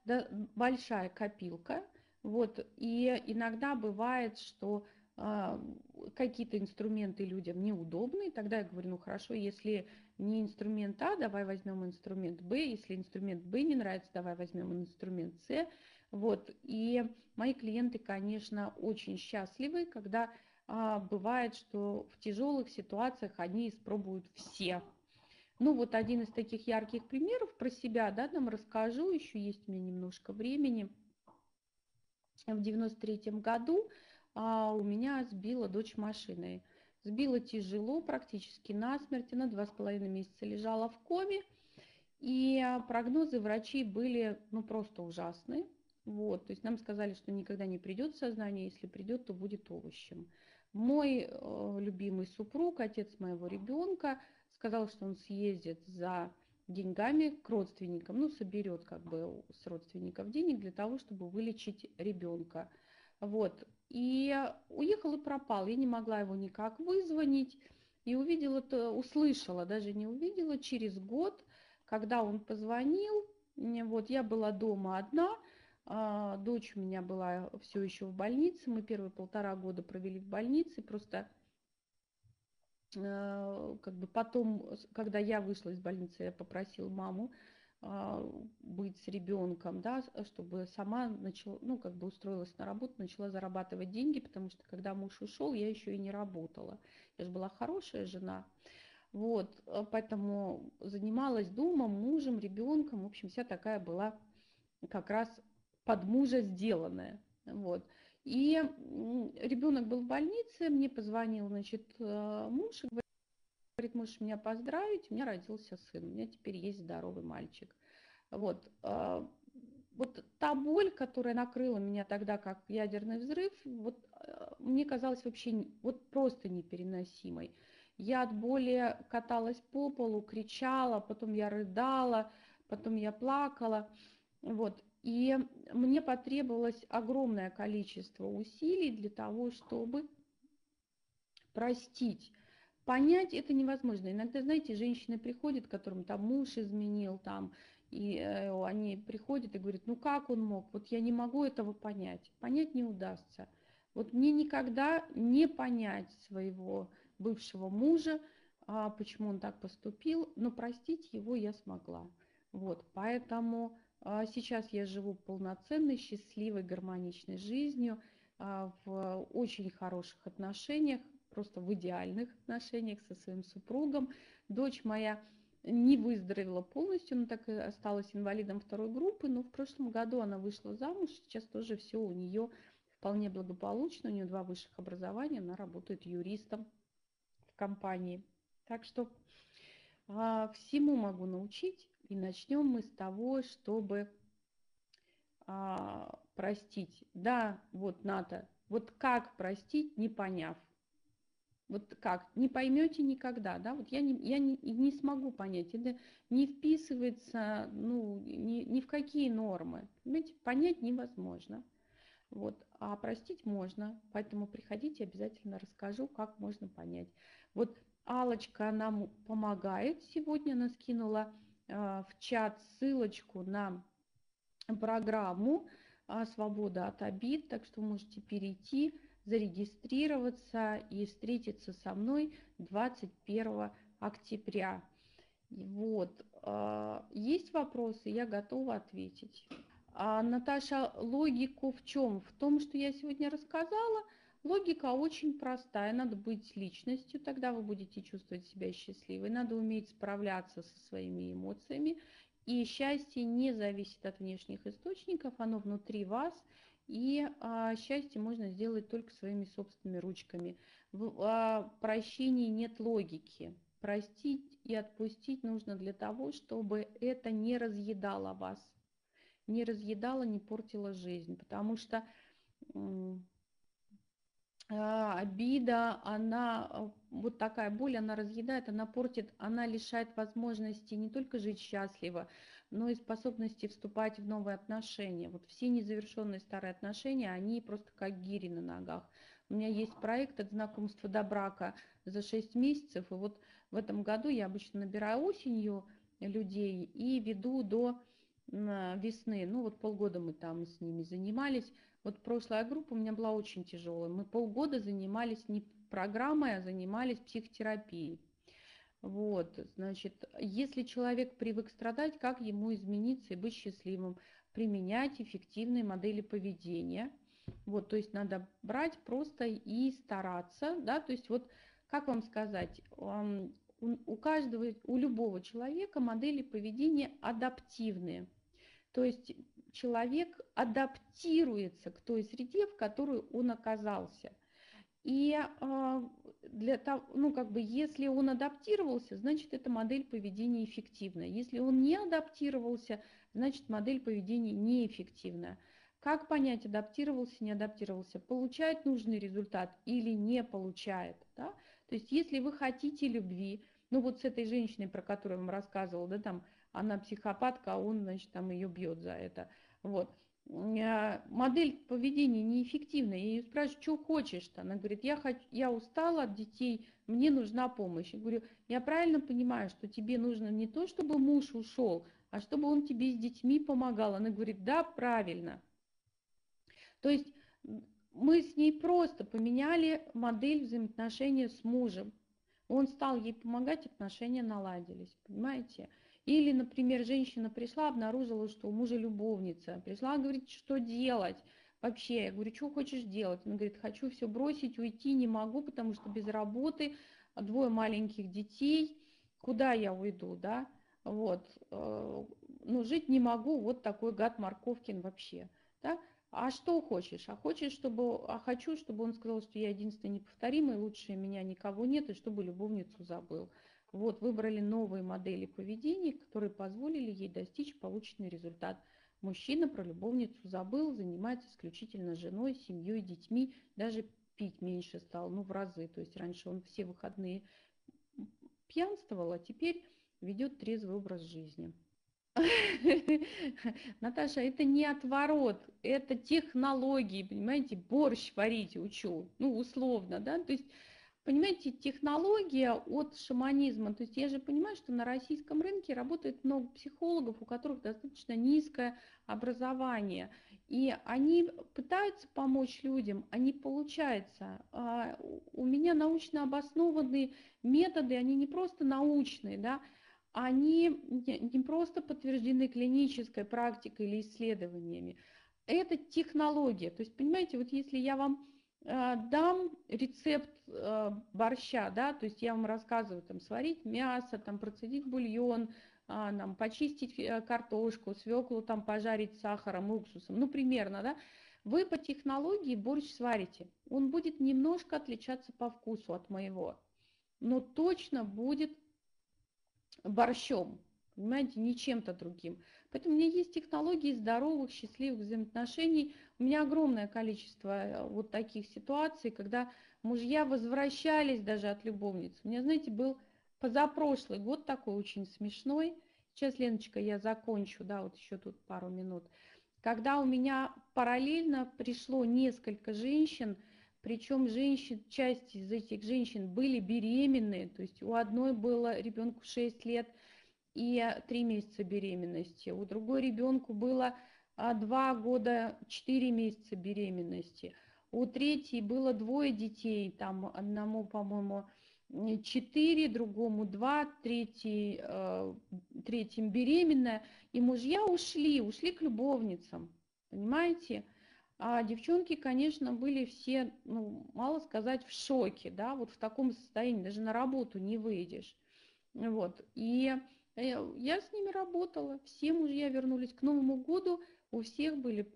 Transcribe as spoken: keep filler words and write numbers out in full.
да, большая копилка. Вот, и иногда бывает, что а, какие-то инструменты людям неудобны, тогда я говорю, ну хорошо, если не инструмент А, давай возьмем инструмент Б, если инструмент Б не нравится, давай возьмем инструмент С. Вот, и мои клиенты, конечно, очень счастливы, когда а, бывает, что в тяжелых ситуациях они испробуют все. Ну, вот один из таких ярких примеров про себя, да, нам расскажу, еще есть у меня немножко времени. В девяносто третьем году а, у меня сбила дочь машиной. Сбила тяжело, практически насмерть. Она два с половиной месяца лежала в коме. И прогнозы врачей были, ну, просто ужасные. Вот, то есть нам сказали, что никогда не придет в сознание, если придет, то будет овощем. Мой э, любимый супруг, отец моего ребенка, сказал, что он съездит за деньгами к родственникам, ну, соберет как бы с родственников денег для того, чтобы вылечить ребенка. Вот, и уехал и пропал. Я не могла его никак вызвонить. И увидела, услышала, даже не увидела, через год, когда он позвонил, вот я была дома одна, а, дочь у меня была все еще в больнице, мы первые полтора года провели в больнице, просто э, как бы потом, когда я вышла из больницы, я попросила маму а, быть с ребенком, да, чтобы сама начала, ну, как бы устроилась на работу, начала зарабатывать деньги, потому что когда муж ушел, я еще и не работала. Я же была хорошая жена. Вот, поэтому занималась домом, мужем, ребенком. В общем, вся такая была как раз под мужа сделанная. Вот. И ребенок был в больнице, мне позвонил, значит, муж и говорит, можешь меня поздравить, у меня родился сын, у меня теперь есть здоровый мальчик. Вот. Вот та боль, которая накрыла меня тогда, как ядерный взрыв, вот мне казалось вообще вот просто непереносимой. Я от боли каталась по полу, кричала, потом я рыдала, потом я плакала. Вот. И мне потребовалось огромное количество усилий для того, чтобы простить. Понять это невозможно. Иногда, знаете, женщины приходят, которым там муж изменил, там, и э, они приходят и говорят, ну как он мог? Вот я не могу этого понять. Понять не удастся. Вот мне никогда не понять своего бывшего мужа, а, почему он так поступил, но простить его я смогла. Вот, поэтому а, сейчас я живу полноценной, счастливой, гармоничной жизнью, а, в очень хороших отношениях, просто в идеальных отношениях со своим супругом. Дочь моя не выздоровела полностью, она так и осталась инвалидом второй группы, но в прошлом году она вышла замуж, сейчас тоже все у нее вполне благополучно, у нее два высших образования, она работает юристом в компании. Так что а, всему могу научить, и начнем мы с того, чтобы а, простить. Да, вот надо. Вот как простить, не поняв. Вот как? Не поймете никогда, да? Вот я не, я не, не смогу понять. Это не вписывается, ну, ни, ни в какие нормы. Понимаете, понять невозможно. Вот, а простить можно. Поэтому приходите, обязательно расскажу, как можно понять. Вот Алочка нам помогает. Сегодня она скинула э, в чат ссылочку на программу «Свобода от обид», так что можете перейти, зарегистрироваться и встретиться со мной двадцать первого октября. Вот. Есть вопросы, я готова ответить. А, Наташа, логику в чем? В том, что я сегодня рассказала. Логика очень простая. Надо быть личностью, тогда вы будете чувствовать себя счастливой. Надо уметь справляться со своими эмоциями. И счастье не зависит от внешних источников, оно внутри вас. И а, счастье можно сделать только своими собственными ручками. В а, прощении нет логики. Простить и отпустить нужно для того, чтобы это не разъедало вас, не разъедала, не портила жизнь, потому что обида, она, вот такая боль, она разъедает, она портит, она лишает возможности не только жить счастливо, но и способности вступать в новые отношения. Вот все незавершенные старые отношения, они просто как гири на ногах. У меня есть проект от знакомства до брака за шесть месяцев, и вот в этом году я обычно набираю осенью людей и веду до весны, ну вот полгода мы там с ними занимались. Вот прошлая группа у меня была очень тяжелая. Мы полгода занимались не программой, а занимались психотерапией. Вот, значит, если человек привык страдать, как ему измениться и быть счастливым? Применять эффективные модели поведения. Вот, то есть надо брать просто и стараться, да, то есть вот, как вам сказать, у каждого, у любого человека модели поведения адаптивные. То есть человек адаптируется к той среде, в которой он оказался. И для того, ну, как бы, если он адаптировался, значит, эта модель поведения эффективная. Если он не адаптировался, значит, модель поведения неэффективная. Как понять, адаптировался, не адаптировался, получает нужный результат или не получает, да? То есть, если вы хотите любви, ну, вот с этой женщиной, про которую я вам рассказывала, да, там, она психопатка, а он, значит, там ее бьет за это, вот. Модель поведения неэффективная. Я ее спрашиваю, что хочешь-то? Она говорит, я, хочу, я устала от детей, мне нужна помощь. Я говорю, я правильно понимаю, что тебе нужно не то, чтобы муж ушел, а чтобы он тебе с детьми помогал. Она говорит, да, правильно. То есть мы с ней просто поменяли модель взаимоотношения с мужем. Он стал ей помогать, отношения наладились, понимаете? Или, например, женщина пришла, обнаружила, что у мужа любовница. Пришла, говорит, что делать вообще? Я говорю, что хочешь делать? Она говорит, хочу все бросить, уйти не могу, потому что без работы, двое маленьких детей. Куда я уйду, да? Вот. Ну, жить не могу, вот такой гад Морковкин вообще, да? А что хочешь? А хочешь, чтобы, а хочу, чтобы он сказал, что я единственный неповторимый, лучше меня никого нет, и чтобы любовницу забыл. Вот, выбрали новые модели поведения, которые позволили ей достичь полученный результат. Мужчина про любовницу забыл, занимается исключительно женой, семьей, детьми, даже пить меньше стал, ну, в разы. То есть раньше он все выходные пьянствовал, а теперь ведет трезвый образ жизни. Наташа, это не отворот, это технологии, понимаете, борщ варить учу, ну, условно, да, то есть, понимаете, технология от шаманизма, то есть я же понимаю, что на российском рынке работает много психологов, у которых достаточно низкое образование, и они пытаются помочь людям, а не получается. У меня научно обоснованные методы, они не просто научные, да, они не просто подтверждены клинической практикой или исследованиями, это технология. То есть, понимаете, вот если я вам э, дам рецепт э, борща, да, то есть я вам рассказываю, там, сварить мясо, там, процедить бульон, э, там, почистить картошку, свеклу, там, пожарить сахаром, уксусом, ну, примерно, да, вы по технологии борщ сварите. Он будет немножко отличаться по вкусу от моего, но точно будет борщом, понимаете, не чем-то другим. Поэтому у меня есть технологии здоровых, счастливых взаимоотношений. У меня огромное количество вот таких ситуаций, когда мужья возвращались даже от любовниц. У меня, знаете, был позапрошлый год такой очень смешной. Сейчас, Леночка, я закончу, да, вот еще тут пару минут. Когда у меня параллельно пришло несколько женщин, причем женщин, часть из этих женщин были беременные, то есть у одной было ребенку шесть лет и три месяца беременности, у другой ребенку было два года, четыре месяца беременности, у третьей было двое детей, там одному, по-моему, четыре, другому два, третий, третьим беременная, и мужья ушли, ушли к любовницам, понимаете? А девчонки, конечно, были все, ну, мало сказать, в шоке, да, вот в таком состоянии, даже на работу не выйдешь. Вот, и я с ними работала, все мужья вернулись к Новому году, у всех были